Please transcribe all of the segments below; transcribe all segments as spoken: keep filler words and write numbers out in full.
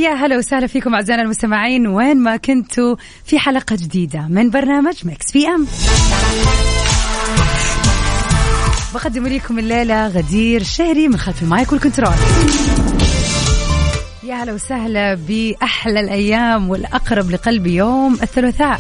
ويا هلا وسهلا فيكم أعزائنا المستمعين وين ما كنتوا في حلقة جديدة من برنامج ميكس بي ام. بقدم لكم الليلة غدير شهري من خلف المايك والكنترول. يا هلا وسهلا بأحلى الأيام والأقرب لقلبي يوم الثلاثاء.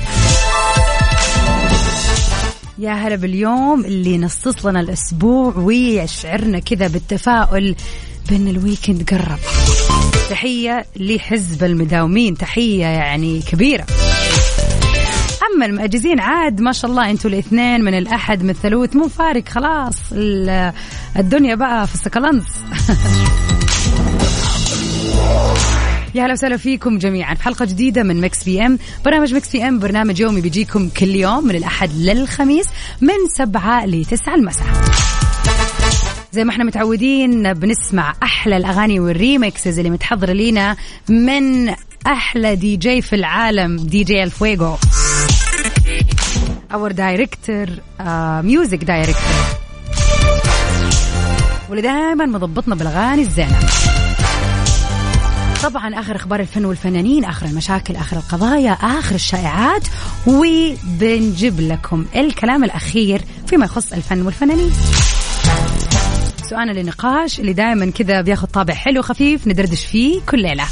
يا هلا باليوم اللي نصص لنا الأسبوع ويشعرنا كذا بالتفاؤل بأن الويكند قرب. تحية لحزب المداومين، تحية يعني كبيرة. أما المأجزين عاد ما شاء الله أنتوا الاثنين من الأحد من الثلاث مو فارق خلاص، الدنيا بقى في السكالانس. يا هلا وسهلا فيكم جميعا في حلقة جديدة من ميكس بي ام. برنامج ميكس بي ام برنامج يومي بيجيكم كل يوم من الأحد للخميس من سبعة لتسعة المساء. زي ما احنا متعودين بنسمع أحلى الأغاني والريميكسز اللي متحضر لينا من أحلى دي جي في العالم، دي جي الفويغو، اور دايركتور ميوزك دايركتور، واللي دائما مضبطنا بالأغاني الزينة. طبعا آخر أخبار الفن والفنانين، آخر المشاكل، آخر القضايا، آخر الشائعات، وبنجيب لكم الكلام الأخير فيما يخص الفن والفنانين. سؤالنا للنقاش اللي دائما كذا بياخد طابع حلو خفيف ندردش فيه كل ليلة.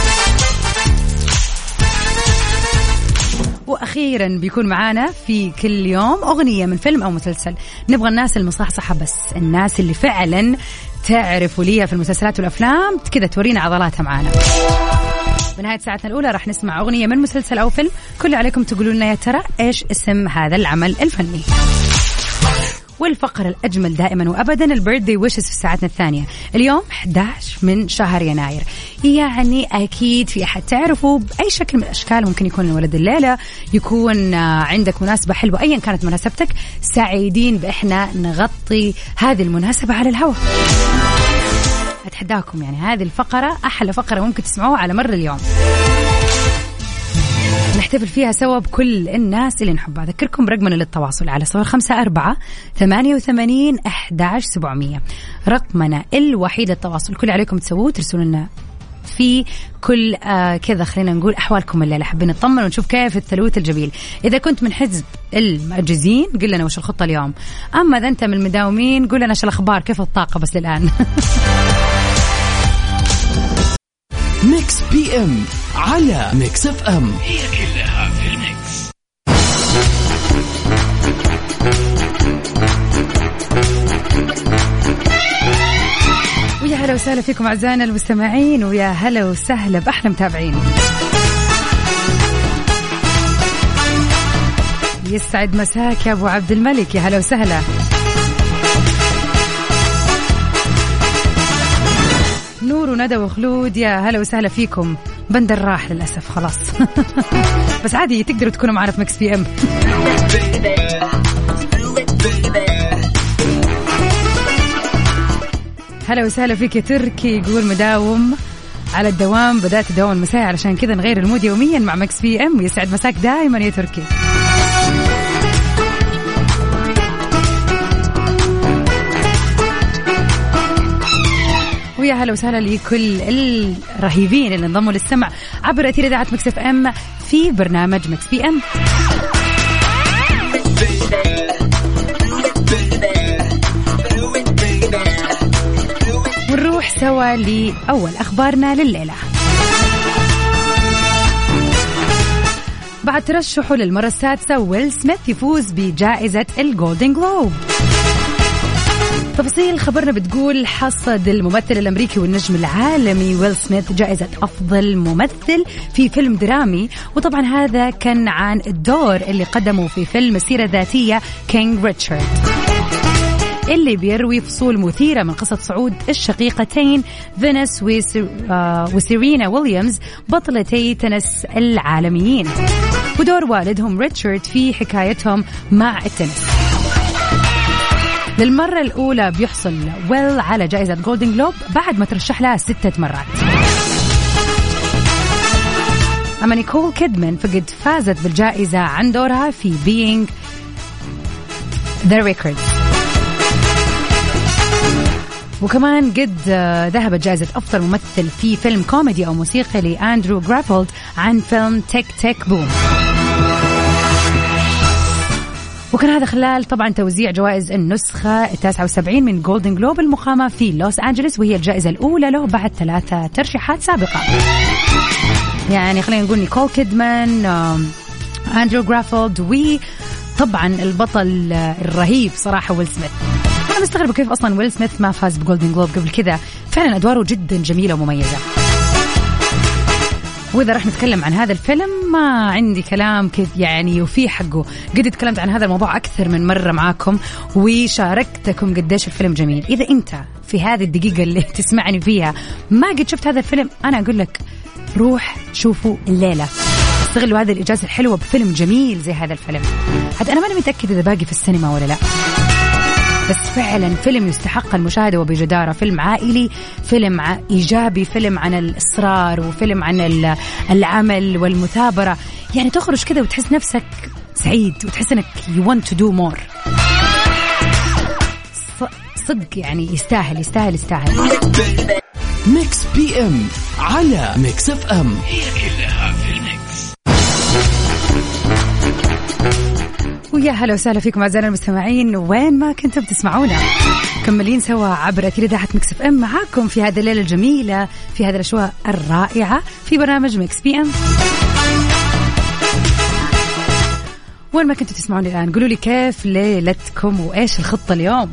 وأخيرا بيكون معانا في كل يوم أغنية من فيلم أو مسلسل. نبغى الناس المصحصحة بس، الناس اللي فعلا تعرفوا ليها في المسلسلات والأفلام كذا تورينا عضلاتها معانا. بنهاية ساعتنا الأولى راح نسمع أغنية من مسلسل أو فيلم، كل عليكم تقولوا لنا يا ترى إيش اسم هذا العمل الفني. والفقرة الأجمل دائما وأبدا البيرثدي ويشز في ساعتنا الثانية. اليوم أحد عشر من شهر يناير، يعني أكيد في أحد تعرفوا بأي شكل من الأشكال ممكن يكون الولد الليلة، يكون عندك مناسبة حلوة أيا كانت مناسبتك، سعيدين بإحنا نغطي هذه المناسبة على الهواء. أتحداكم يعني هذه الفقرة أحلى فقرة ممكن تسمعوها على مر اليوم، نحتفل فيها سوا بكل الناس اللي نحبها. أذكركم برقمنا للتواصل على صفر خمسة أربعة ثمانية وثمانين أحد عشر سبعمية، رقمنا الوحيد للتواصل. كل عليكم تسووه ترسلوا لنا في كل آه كذا خلينا نقول أحوالكم الليلة، حابين نطمن ونشوف كيف الثلوث الجميل. إذا كنت من حزب المأجزين قل لنا وش الخطة اليوم، أما إذا أنت من المداومين قل لنا شو الأخبار، كيف الطاقة بس الآن. ميكس بي ام على ميكس اف ام، هي كلها في الميكس. ويا هلا وسهلا فيكم أعزائنا المستمعين، ويا هلا وسهلا بأحلى متابعين. يسعد مساك يا أبو عبد الملك، يا هلا وسهلا. نور وندى وخلود، يا هلا وسهلا فيكم. بندر راح للأسف خلاص. بس عادي تقدروا تكونوا معنا في ميكس بي ام. هلا وسهلا فيك يا تركي، يقول مداوم على الدوام، بدأت الدوام المساء علشان كذا نغير المود يوميا مع ميكس بي ام. يسعد مساك دائما يا تركي. ويا هلا وسهلا لكل الرهيبين اللي انضموا للسمع عبر أثير إذاعة ميكس اف ام في برنامج ميكس بي ام. ونروح سوا لأول أخبارنا لليلة. بعد ترشحه للمرة السادسة ويل سميث يفوز بجائزة الجولدن جلوب. تفاصيل خبرنا بتقول حصد الممثل الأمريكي والنجم العالمي ويل سميث جائزة أفضل ممثل في فيلم درامي، وطبعا هذا كان عن الدور اللي قدمه في فيلم مسيرة ذاتية كينج ريتشارد، اللي بيروي فصول مثيرة من قصة صعود الشقيقتين فينيس وسيرينا ويليامز بطلتي تنس العالميين، ودور والدهم ريتشارد في حكايتهم مع التنس. للمرة الأولى بيحصل ويل على جائزة جولدن جلوب بعد ما ترشح لها ستة مرات. أما نيكول كيدمان فقد فازت بالجائزة عن دورها في Being the Record. وكمان قد ذهبت جائزة أفضل ممثل في فيلم كوميدي أو موسيقي لأندرو غرافيلد عن فيلم تيك تيك بوم. وكان هذا خلال طبعا توزيع جوائز النسخة التاسعة والسبعين من جولدن جلوب المقامة في لوس أنجلوس، وهي الجائزة الأولى له بعد ثلاثة ترشيحات سابقة. يعني خلينا نقول نيكول كيدمان، أندرو غرافيلد، وطبعا البطل الرهيب صراحة ويل سميث. أنا مستغربة كيف أصلا ويل سميث ما فاز بجولدن جلوب قبل كذا، فعلا أدواره جدا جميلة ومميزة. وإذا رح نتكلم عن هذا الفيلم ما عندي كلام كيف يعني، وفي حقه قد تكلمت عن هذا الموضوع أكثر من مرة معاكم وشاركتكم قديش الفيلم جميل. إذا أنت في هذه الدقيقة اللي تسمعني فيها ما قد شفت هذا الفيلم، أنا أقول لك روح شوفوا الليلة، استغلوا هذه الإجازة الحلوة بفيلم جميل زي هذا الفيلم. حتى أنا ماني متأكد إذا باقي في السينما ولا لا، بس فعلا فيلم يستحق المشاهدة وبجدارة. فيلم عائلي، فيلم إيجابي، فيلم عن الإصرار، وفيلم عن العمل والمثابرة. يعني تخرج كذا وتحس نفسك سعيد وتحس أنك you want to do more. صدق يعني يستاهل يستاهل يستاهل. ميكس بي ام على ميكس اف ام، هي كلها في الميكس. ويا هلا وسهلا فيكم أعزائنا المستمعين وين ما كنتم تسمعونا، كملين سوا عبر أثير إذاعة ميكس اف ام معاكم في هذه الليلة الجميلة في هذه الأشواق الرائعة في برنامج ميكس بي ام. وين ما كنتم تسمعوني الآن قولوا لي كيف ليلتكم وإيش الخطة اليوم.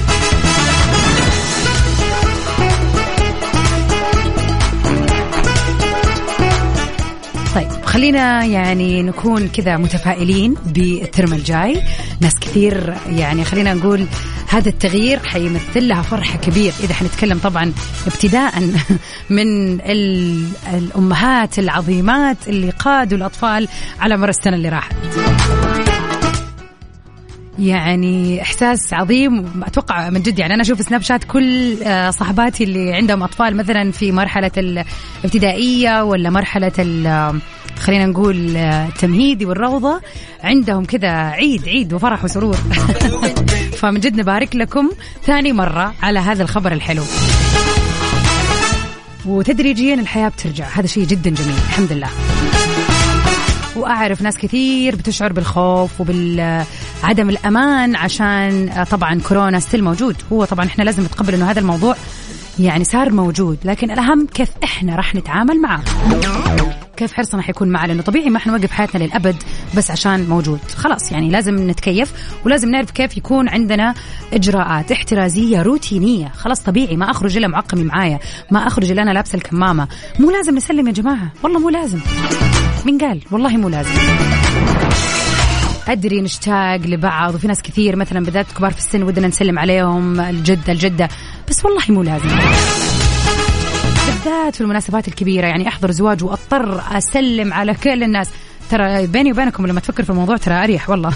طيب خلينا يعني نكون كذا متفائلين بالترم الجاي. ناس كثير يعني خلينا نقول هذا التغيير حيمثل لها فرحة كبير، إذا حنتكلم طبعا ابتداء من الأمهات العظيمات اللي قادوا الأطفال على مر السنة اللي راحت. يعني إحساس عظيم أتوقع من جد. يعني أنا أشوف سناب شات كل صحباتي اللي عندهم أطفال مثلا في مرحلة الابتدائية ولا مرحلة خلينا نقول التمهيدي والروضة، عندهم كذا عيد عيد وفرح وسرور. فمن جد نبارك لكم ثاني مرة على هذا الخبر الحلو. وتدريجيا الحياة بترجع، هذا شيء جدا جميل الحمد لله. وأعرف ناس كثير بتشعر بالخوف وبالعدم الأمان عشان طبعا كورونا ستيل موجود. هو طبعا إحنا لازم نتقبل إنه هذا الموضوع يعني صار موجود، لكن الأهم كيف إحنا راح نتعامل معه، كيف حرصنا حيكون معه، لأنه طبيعي ما إحنا نوقف حياتنا للأبد بس عشان موجود. خلاص يعني لازم نتكيف ولازم نعرف كيف يكون عندنا إجراءات احترازية روتينية. خلاص طبيعي ما أخرج إلا معقمي معايا، ما أخرج إلا أنا لابسة الكمامة. مو لازم نسلم يا جماعة، والله مو لازم. مين قال؟ والله مو لازم. أدري نشتاق لبعض وفي ناس كثير مثلا بالذات كبار في السن ودنا نسلم عليهم الجدة الجدة، بس والله مو لازم، بالذات في المناسبات الكبيرة. يعني أحضر زواج وأضطر أسلم على كل الناس. ترى بيني وبينكم لما تفكر في الموضوع ترى أريح والله.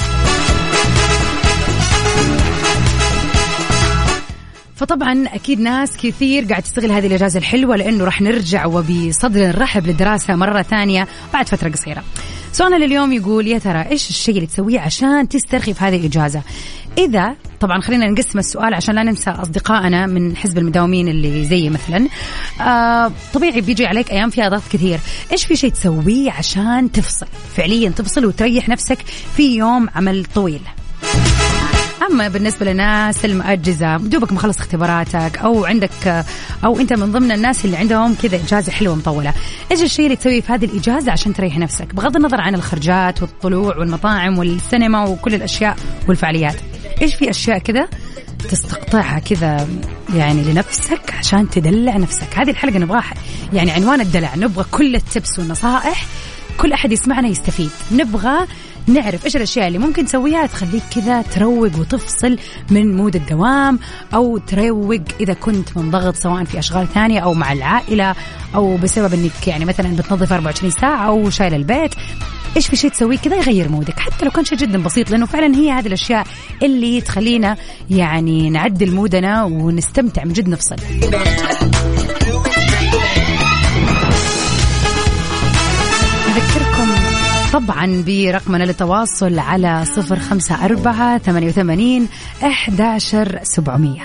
فطبعا أكيد ناس كثير قاعد تستغل هذه الإجازة الحلوة، لأنه رح نرجع وبصدر رحب للدراسة مرة ثانية بعد فترة قصيرة. سؤالنا لليوم يقول يا ترى إيش الشيء اللي تسويه عشان تسترخي في هذه الإجازة؟ إذا طبعا خلينا نقسم السؤال عشان لا ننسى أصدقائنا من حزب المداومين اللي زي مثلا آه طبيعي بيجي عليك أيام فيها ضغط كثير. إيش في شيء تسويه عشان تفصل فعليا، تفصل وتريح نفسك في يوم عمل طويل؟ أما بالنسبة لناس المؤجزة دوبك مخلص اختباراتك أو عندك أو أنت من ضمن الناس اللي عندهم كذا إجازة حلوة مطولة، إيش الشيء اللي تسويه في هذه الإجازة عشان تريح نفسك بغض النظر عن الخرجات والطلوع والمطاعم والسينما وكل الأشياء والفعاليات؟ إيش في أشياء كذا تستقطعها كذا يعني لنفسك عشان تدلع نفسك؟ هذه الحلقة نبغاها يعني عنوان الدلع، نبغى كل التبس والنصائح، كل أحد يسمعنا يستفيد. نبغى نعرف إيش الأشياء اللي ممكن تسويها تخليك كذا تروق وتفصل من مود الدوام، أو تروق إذا كنت منضغط سواء في أشغال ثانية أو مع العائلة أو بسبب أنك يعني مثلا بتنظف أربعة وعشرين ساعة أو شايل البيت. إيش في شيء تسويه كذا يغير مودك حتى لو كان شيء جدا بسيط، لأنه فعلا هي هذه الأشياء اللي تخلينا يعني نعدل مودنا ونستمتع من جد نفصل. أذكركم طبعا طبعا برقمنا للتواصل على صفر خمسة أربعة ثمانية وثمانين أحد عشر سبعمية.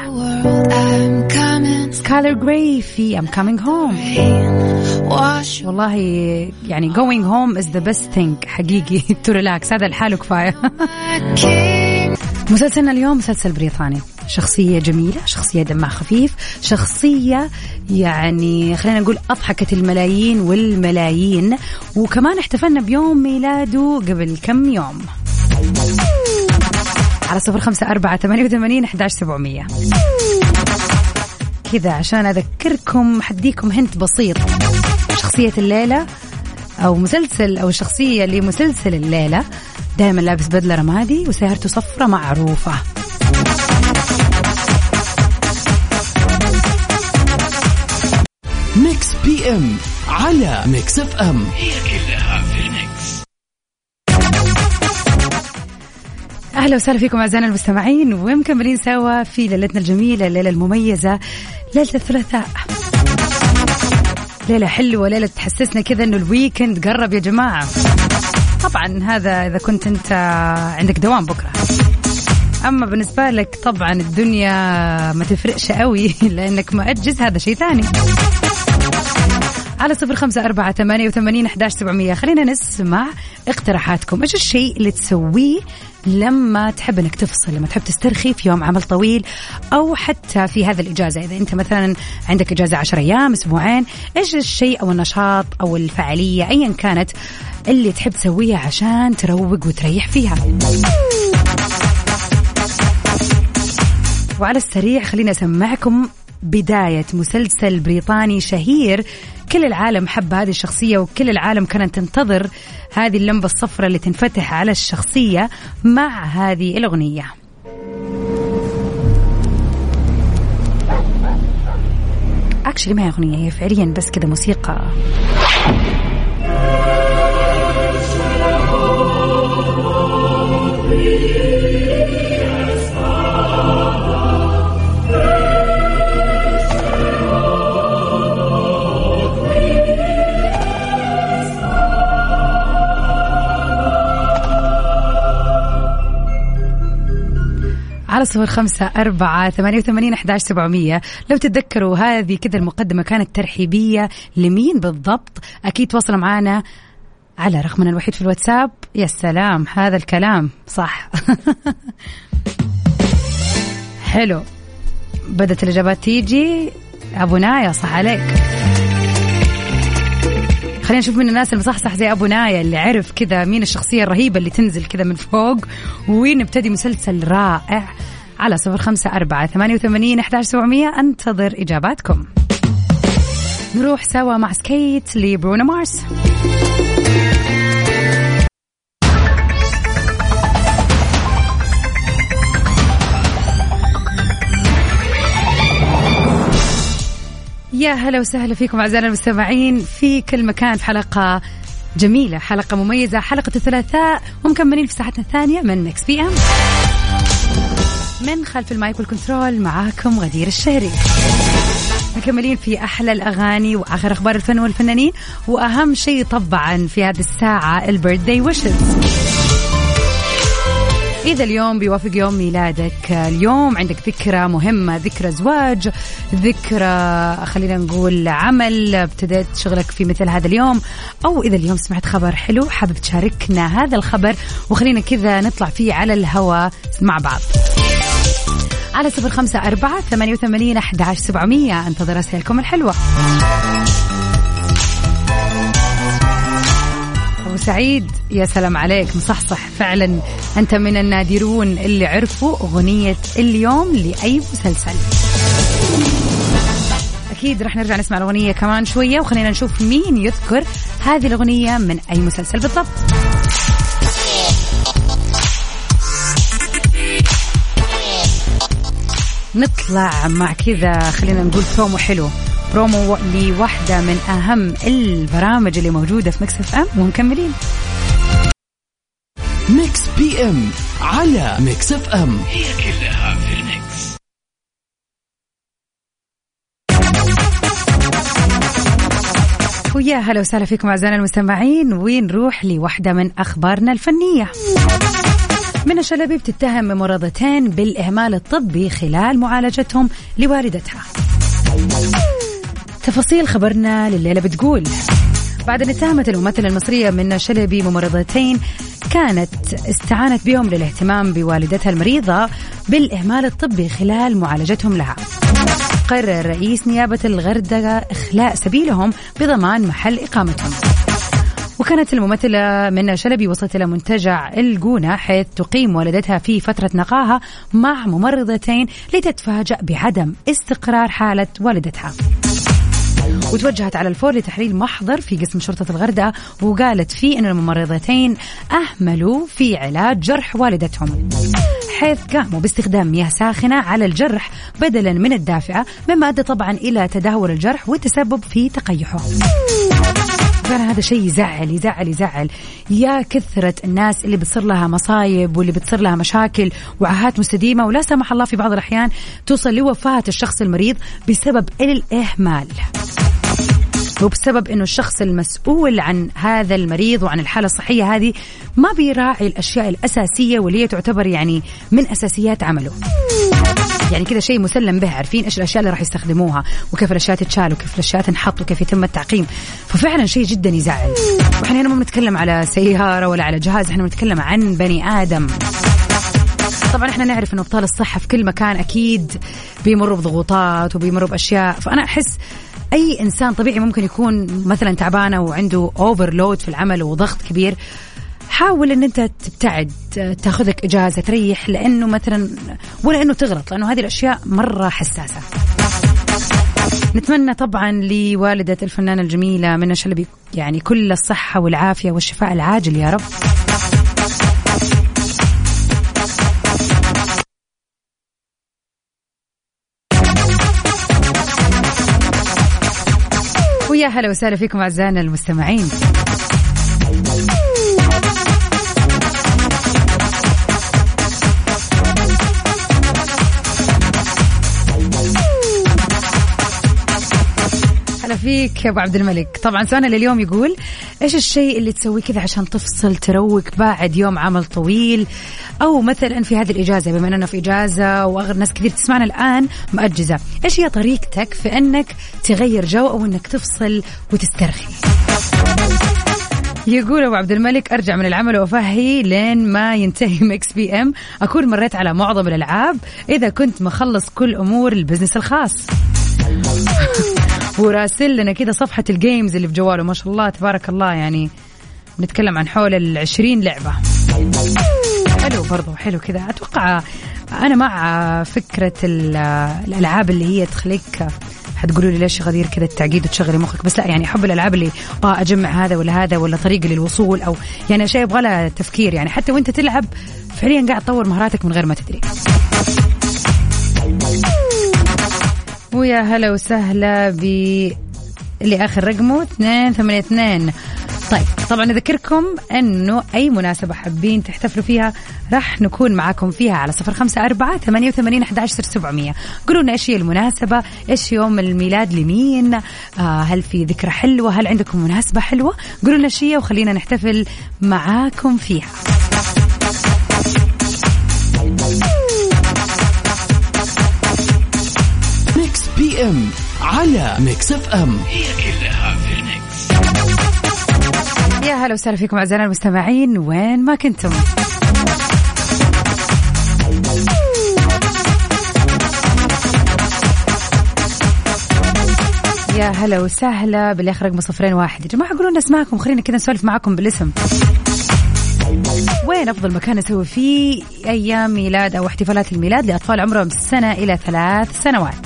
سكايلر جراي في I'm coming home. والله يعني going home is the best thing حقيقي to relax. هذا الحال كفاية. مسلسلنا اليوم مسلسل بريطاني، شخصية جميلة، شخصية دمها خفيف، شخصية يعني خلينا نقول أضحكت الملايين والملايين، وكمان احتفلنا بيوم ميلاده قبل كم يوم. على صفر خمسة أربعة ثمانية وثمانين أحد عشر سبعمية كذا عشان أذكركم، حديكم هنت بسيط. شخصية الليلة أو مسلسل أو الشخصية اللي مسلسل الليلة دائما لابس بدلة رمادي وسيارته صفرة معروفة. ميكس بي ام على ميكس اف ام، هي كلها في الميكس. أهلا وسهلا فيكم أعزائنا المستمعين، ومكملين سوا في ليلتنا الجميلة، الليلة المميزة، ليلة الثلاثاء. ليلة حلوة، ليلة تحسسنا كذا إنه الويكند قرب يا جماعة. طبعا هذا إذا كنت أنت عندك دوام بكرة، أما بالنسبة لك طبعا الدنيا ما تفرقش قوي لأنك مأجز، هذا شيء ثاني. على صفر خمسة أربعة ثمانية وثمانين أحد عشر سبعمية خلينا نسمع اقتراحاتكم. إيش الشيء اللي تسويه لما تحب أنك تفصل، لما تحب تسترخي في يوم عمل طويل أو حتى في هذا الإجازة؟ إذا أنت مثلا عندك إجازة عشر أيام، أسبوعين، إيش الشيء أو النشاط أو الفعالية أيا كانت اللي تحب تسويها عشان تروق وتريح فيها؟ وعلى السريع خلينا أسمعكم بداية مسلسل بريطاني شهير، كل العالم حب هذه الشخصية وكل العالم كانت تنتظر هذه اللمبة الصفراء اللي تنفتح على الشخصية مع هذه الأغنية. أكشلي ما هي أغنية، هي فعليا بس كده موسيقى. على صفر خمسة أربعة ثمانية وثمانين أحد عشر سبعمية. لو تتذكروا هذه كده المقدمة كانت ترحيبية لمين بالضبط؟ أكيد تواصلوا معنا على رقمنا الوحيد في الواتساب. يا سلام، هذا الكلام صح. حلو، بدت الإجابات تيجي. أبو نايا صح عليك. خلينا نشوف من الناس المصحصح زي أبو نايا اللي عرف كذا مين الشخصية الرهيبة اللي تنزل كذا من فوق، ونبتدي مسلسل رائع. على صفر خمسة أربعة ثمانية وثمانين أحد عشر سبعمية أنتظر إجاباتكم. نروح سوا مع سكيت لبرونو مارس. يا هلا وسهلا فيكم أعزائنا المستمعين في كل مكان، في حلقة جميلة، حلقة مميزة، حلقة الثلاثاء، ومكملين في ساعتنا الثانية من ميكس بي ام. من خلف المايك والكنترول معاكم غدير الشهري، مكملين في أحلى الأغاني وآخر أخبار الفن والفنانين، وأهم شيء طبعا في هذه الساعة البيرثداي ويشز. إذا اليوم بيوافق يوم ميلادك، اليوم عندك ذكرى مهمة، ذكرى زواج، ذكرى خلينا نقول عمل، ابتديت شغلك في مثل هذا اليوم، أو إذا اليوم سمعت خبر حلو حابب تشاركنا هذا الخبر وخلينا كذا نطلع فيه على الهواء مع بعض. على صفر خمسة أربعة ثمانية وثمانين أحد عشر سبعمية انتظر رسائلكم الحلوة. أبو سعيد يا سلام عليك، مصحصح فعلا، أنت من النادرون اللي عرفوا أغنية اليوم لأي مسلسل. أكيد رح نرجع نسمع الأغنية كمان شوية، وخلينا نشوف مين يذكر هذه الأغنية من أي مسلسل بالضبط. نطلع مع كذا خلينا نقول برومو حلو، برومو لواحدة من أهم البرامج اللي موجودة في ميكس اف ام، ومكملين. ميكس بي ام على ميكس اف ام، هي كلها في الميكس. ويا هلا وسهلا فيكم أعزائنا المستمعين، ونروح لوحدة من أخبارنا الفنية. منى شلبي بتتهم ممرضتين بالإهمال الطبي خلال معالجتهم لوالدتها. تفاصيل خبرنا لليلة بتقول: بعد أن اتهمت الممثلة المصرية منى شلبي ممرضتين كانت استعانت بهم للاهتمام بوالدتها المريضة بالإهمال الطبي خلال معالجتهم لها، قرر رئيس نيابة الغردقة إخلاء سبيلهم بضمان محل إقامتهم. وكانت الممثلة منى شلبي وصلت إلى منتجع الجونة حيث تقيم والدتها في فترة نقاهة مع ممرضتين لتتفاجأ بعدم استقرار حالة والدتها، وتوجهت على الفور لتحرير محضر في قسم شرطة الغردقة، وقالت فيه أن الممرضتين أهملوا في علاج جرح والدتهم، حيث قاموا باستخدام مياه ساخنة على الجرح بدلا من الدافئة، مما أدى طبعا إلى تدهور الجرح والتسبب في تقيحه. كان هذا شيء يزعل يزعل يزعل يا كثرة الناس اللي بتصير لها مصايب واللي بتصير لها مشاكل وعاهات مستديمة، ولا سمح الله في بعض الأحيان توصل لوفاة الشخص المريض بسبب الإهمال، وبسبب إنه الشخص المسؤول عن هذا المريض وعن الحالة الصحية هذه ما بيراعي الأشياء الأساسية واللي هي تعتبر يعني من أساسيات عمله. يعني كذا شيء مسلم به، عارفين إيش الأشياء اللي راح يستخدموها وكيف الأشياء تتشال وكيف الأشياء تنحط وكيف يتم التعقيم. ففعلا شيء جدا يزعل. وإحنا هنا ما بنتكلم على سيارة ولا على جهاز، إحنا بنتكلم عن بني آدم. طبعا إحنا نعرف إنه أبطال الصحة في كل مكان أكيد بيمروا بضغوطات وبيمروا بأشياء، فأنا أحس أي إنسان طبيعي ممكن يكون مثلا تعبانة وعنده أوفرلود في العمل وضغط كبير، حاول أن أنت تبتعد، تاخذك إجازة، تريح، لأنه مثلا ولا أنه تغلط، لأنه هذه الأشياء مرة حساسة. نتمنى طبعا لوالدة الفنانة الجميلة منى شلبي يعني كل الصحة والعافية والشفاء العاجل يا رب. ويا هلا وسهلا فيكم أعزائنا المستمعين. هلا فيك يا أبو عبد الملك. طبعا سؤالنا لليوم يقول: إيش الشيء اللي تسويه كذا عشان تفصل تروق بعد يوم عمل طويل، أو مثلا في هذه الإجازة بما أننا في إجازة وأغلب ناس كثير تسمعنا الآن مأجزة، إيش هي طريقتك في أنك تغير جو أو أنك تفصل وتسترخي؟ يقول أبو عبد الملك: أرجع من العمل وأفهي لين ما ينتهي ميكس بي إم، أكون مريت على معظم الألعاب إذا كنت مخلص كل أمور البزنس الخاص. وراسل لنا كده صفحة الجيمز اللي في جواله، ما شاء الله تبارك الله، يعني بنتكلم عن حول العشرين لعبة. حلو برضو، حلو كده. أتوقع أنا مع فكرة الألعاب اللي هي تخليك، هتقولوا لي ليش غدير كده التعقيد وتشغلي مخك، بس لا يعني أحب الألعاب اللي آه أجمع هذا ولا هذا ولا طريقة للوصول، أو يعني أشياء يبغى لها تفكير، يعني حتى وانت تلعب فعليا قاعد تطور مهاراتك من غير ما تدري. ويا هلا وسهلا ب اللي آخر رقمه اثنين ثمانية اثنين. طيب طبعا نذكركم أنه أي مناسبة حابين تحتفلوا فيها راح نكون معاكم فيها على صفر خمسة أربعة ثمانية وثمانين أحد عشر سبعمية. قولوا لنا إيش هي المناسبة، إيش يوم الميلاد لمين، آه هل في ذكرى حلوة، هل عندكم مناسبة حلوة، قولوا لنا شيء وخلينا نحتفل معاكم فيها. ميكس بي ام على ميكس اف ام، هي كلها في الميكس. يا هلا وسهلا فيكم أعزائنا المستمعين وين ما كنتم. يا هلا وسهلا باللي آخر رقم صفرين واحد. يا جماعة قولوا لنا اسمعكم، خلينا كذا نسولف معاكم بالاسم. وين أفضل مكان نسوي فيه أيام ميلاد أو احتفالات الميلاد لأطفال عمرهم سنة إلى ثلاث سنوات؟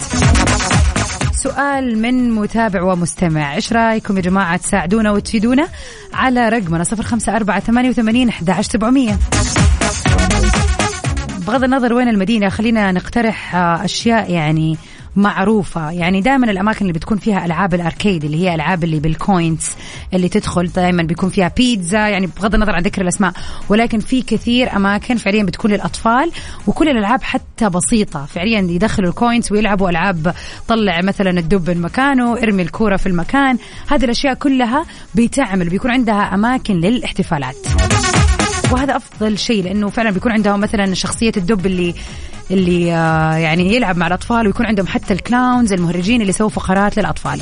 سؤال من متابع ومستمع، إيش رأيكم يا جماعة تساعدونا وتفيدونا على رقمنا صفر خمسة أربعة ثمانية وثمانين أحد عشر سبعمية. بغض النظر وين المدينة خلينا نقترح أشياء يعني معروفة. يعني دائما الأماكن اللي بتكون فيها ألعاب الأركيد اللي هي ألعاب اللي بالكوينز اللي تدخل دائما بيكون فيها بيتزا، يعني بغض النظر عن ذكر الأسماء، ولكن في كثير أماكن فعليا بتكون للأطفال، وكل الألعاب حتى بسيطة فعليا يدخلوا الكوينز ويلعبوا ألعاب، طلع مثلا الدب من مكانه، ارمي الكورة في المكان. هذه الأشياء كلها بيتعمل، بيكون عندها أماكن للاحتفالات، وهذا أفضل شيء لأنه فعلا بيكون عندهم مثلا شخصية الدب اللي اللي يعني يلعب مع الأطفال، ويكون عندهم حتى الكلاونز المهرجين اللي يسووا فقرات للأطفال.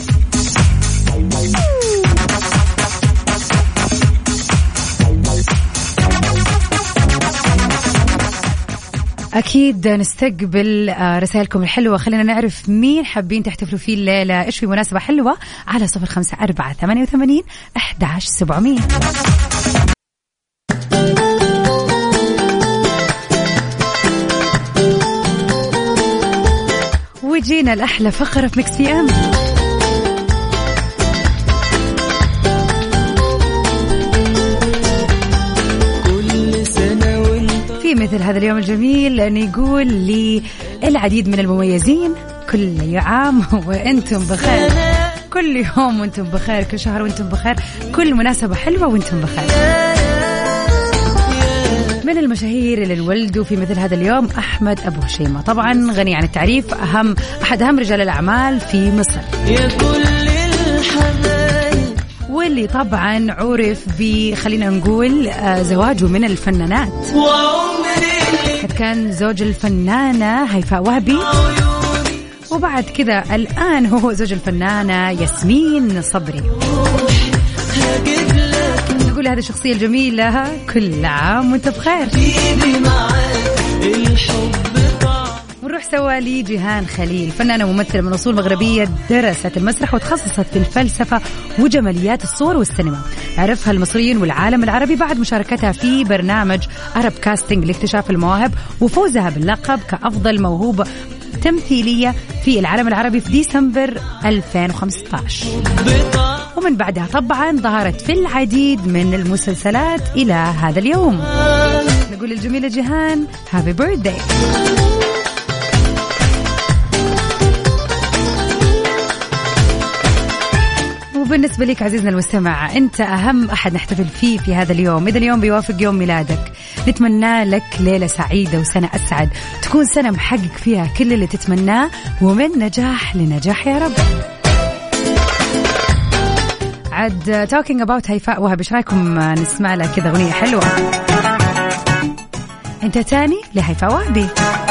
أكيد نستقبل رسائلكم الحلوة، خلينا نعرف مين حابين تحتفلوا فيه الليلة، إيش في مناسبة حلوة على صفر خمسة أربعة ثمانية وثمانين أحد عشر سبعمية. وجينا الأحلى فقرة في ميكس بي أم. في مثل هذا اليوم الجميل أن يقول لي العديد من المميزين كل عام وأنتم بخير، كل يوم وأنتم بخير، كل شهر وأنتم بخير، كل مناسبة حلوة وأنتم بخير. من المشاهير اللي انولدوا في مثل هذا اليوم أحمد أبو هشيمة، طبعا غني عن التعريف، أهم أحد أهم رجال الأعمال في مصر، واللي طبعا عرف ب خلينا نقول زواجه من الفنانات، كان زوج الفنانة هيفاء وهبي، وبعد كذا الآن هو زوج الفنانة ياسمين صبري. نقول هذه الشخصية الجميلة كل عام وانت بخير. ونروح سوا لجيهان خليل، فنانة وممثلة من أصول مغربية، درست المسرح وتخصصت في الفلسفة وجماليات الصور والسينما. عرفها المصريين والعالم العربي بعد مشاركتها في برنامج عرب كاستنج لاكتشاف المواهب، وفوزها باللقب كأفضل موهوبة تمثيلية في العالم العربي في ديسمبر ألفين وخمسة عشر. ومن بعدها طبعا ظهرت في العديد من المسلسلات إلى هذا اليوم. نقول الجميلة جيهان هابي بيرثداي. وبالنسبة لك عزيزنا المستمع، أنت أهم أحد نحتفل فيه في هذا اليوم. إذا اليوم بيوافق يوم ميلادك، نتمنى لك ليلة سعيدة وسنة أسعد، تكون سنة محقق فيها كل اللي تتمناه، ومن نجاح لنجاح يا رب. عاد talking about هيفاء وهبي، ايش رايكم نسمع لها كذا أغنية حلوة؟ أنت تاني لهيفاء وهبي.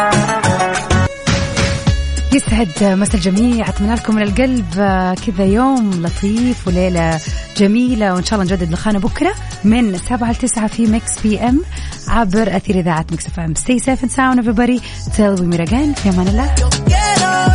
يسعد مساء الجميع، أتمنى لكم من القلب كذا يوم لطيف وليلة جميلة، وإن شاء الله نجدد لقانا بكرة من سبعة لتسعة في ميكس بي أم عبر أثير إذاعة ميكس اف ام. Stay safe and sound everybody till we meet again. في أمان الله.